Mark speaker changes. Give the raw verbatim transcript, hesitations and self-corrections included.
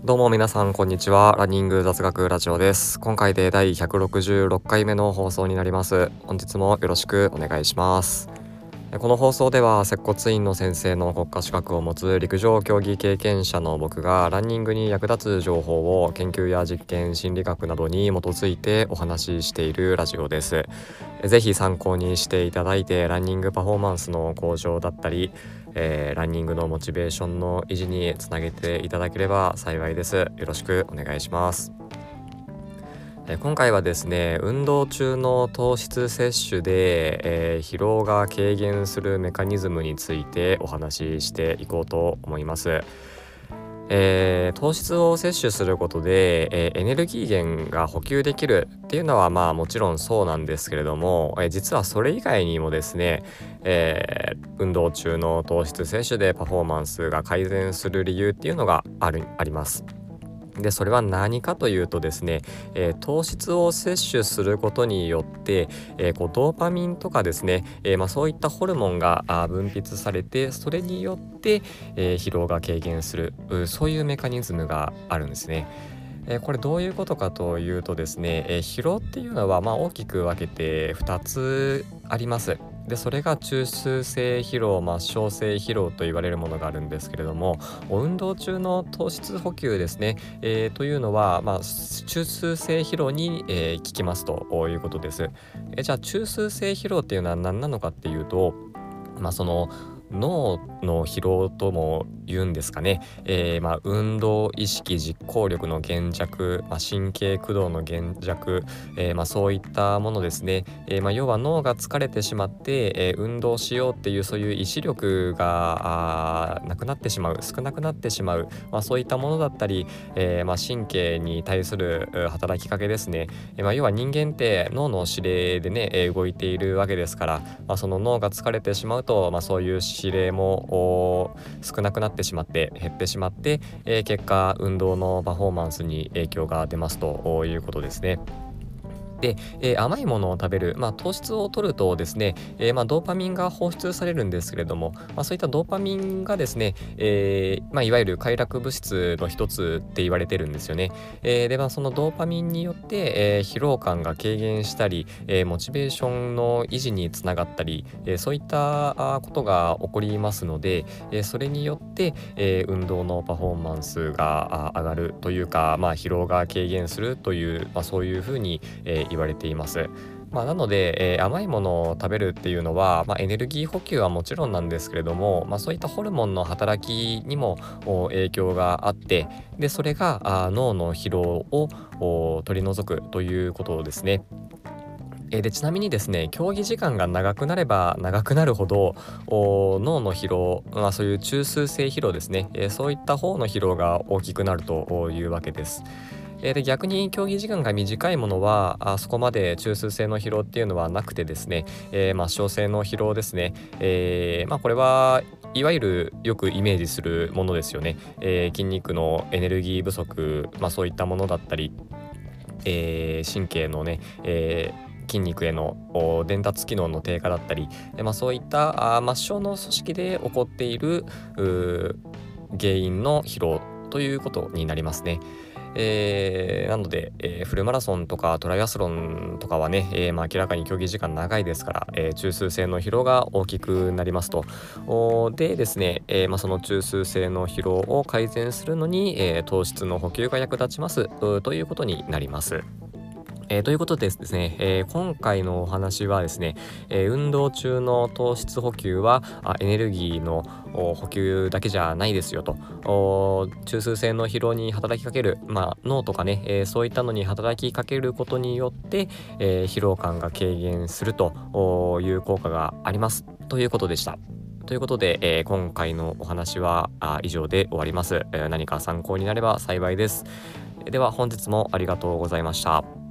Speaker 1: どうも皆さんこんにちは。ランニング雑学ラジオです。今回でだいひゃくろくじゅうろっかいめの放送になります。本日もよろしくお願いします。この放送では接骨院の先生の国家資格を持つ陸上競技経験者の僕がランニングに役立つ情報を研究や実験、心理学などに基づいてお話ししているラジオです。ぜひ参考にしていただいてランニングパフォーマンスの向上だったり、えー、ランニングのモチベーションの維持につなげていただければ幸いです。よろしくお願いします。今回はですね、運動中の糖質摂取で、えー、疲労が軽減するメカニズムについてお話ししていこうと思います。えー、糖質を摂取することで、えー、エネルギー源が補給できるっていうのはまあもちろんそうなんですけれども、えー、実はそれ以外にもですね、えー、運動中の糖質摂取でパフォーマンスが改善する理由っていうのがあるあります。でそれは何かというとですね、えー、糖質を摂取することによって、えー、こうドーパミンとかですね、えーまあ、そういったホルモンが分泌されて、それによって、えー、疲労が軽減する、そういうメカニズムがあるんですね。えー、これどういうことかというとですね、えー、疲労っていうのはまあ大きく分けてふたつあります。でそれが中枢性疲労、末梢性疲労と言われるものがあるんですけれども、運動中の糖質補給ですね、えー、というのは、まあ、中枢性疲労に、えー、効きますということです。えー、じゃあ中枢性疲労っていうのは何なのかっていうと、まあその脳の疲労とも言うんですかね、えーまあ、運動意識実行力の減弱、まあ、神経駆動の減弱、えーまあ、そういったものですね、えーまあ、要は脳が疲れてしまって、えー、運動しようっていうそういう意志力がなくなってしまう、少なくなってしまう、まあ、そういったものだったり、えーまあ、神経に対する働きかけですね、えーまあ、要は人間って脳の指令でね、えー、動いているわけですから、まあ、その脳が疲れてしまうと、まあ、そういう指令も少なくなってしまって減ってしまって、えー、結果運動のパフォーマンスに影響が出ますということですね。で、えー、甘いものを食べる、まあ、糖質を摂るとですね、えーまあ、ドーパミンが放出されるんですけれども、まあ、そういったドーパミンがですね、えーまあ、いわゆる快楽物質の一つって言われてるんですよね。えー、で、まあ、そのドーパミンによって、えー、疲労感が軽減したり、えー、モチベーションの維持につながったり、えー、そういったことが起こりますので、えー、それによって、えー、運動のパフォーマンスが上がるというか、まあ、疲労が軽減するという、まあ、そういうふうに、えー言われています。まあ、なので、えー、甘いものを食べるっていうのは、まあ、エネルギー補給はもちろんなんですけれども、まあ、そういったホルモンの働きにも影響があって、でそれがあ脳の疲労を取り除くということですね。でちなみにですね、競技時間が長くなれば長くなるほど脳の疲労、まあ、そういう中枢性疲労ですね、えー、そういった方の疲労が大きくなるというわけです。で逆に競技時間が短いものはあそこまで中枢性の疲労っていうのはなくてですね、えー、末梢性の疲労ですね、えーまあ、これはいわゆるよくイメージするものですよね。えー、筋肉のエネルギー不足、まあ、そういったものだったり、えー、神経のね、えー筋肉への伝達機能の低下だったり、まあ、そういったあ末梢の組織で起こっている原因の疲労ということになりますね。えー、なので、えー、フルマラソンとかトライアスロンとかはね、えーまあ、明らかに競技時間長いですから、えー、中枢性の疲労が大きくなりますと。でですね、えーまあ、その中枢性の疲労を改善するのに、えー、糖質の補給が役立ちますということになります。えー、ということでですね、えー、今回のお話はですね、えー、運動中の糖質補給はあエネルギーの補給だけじゃないですよと、中枢性の疲労に働きかける、まあ、脳とかね、えー、そういったのに働きかけることによって、えー、疲労感が軽減するという効果がありますということでした。ということで、えー、今回のお話はあ以上で終わります。えー、何か参考になれば幸いです。では本日もありがとうございました。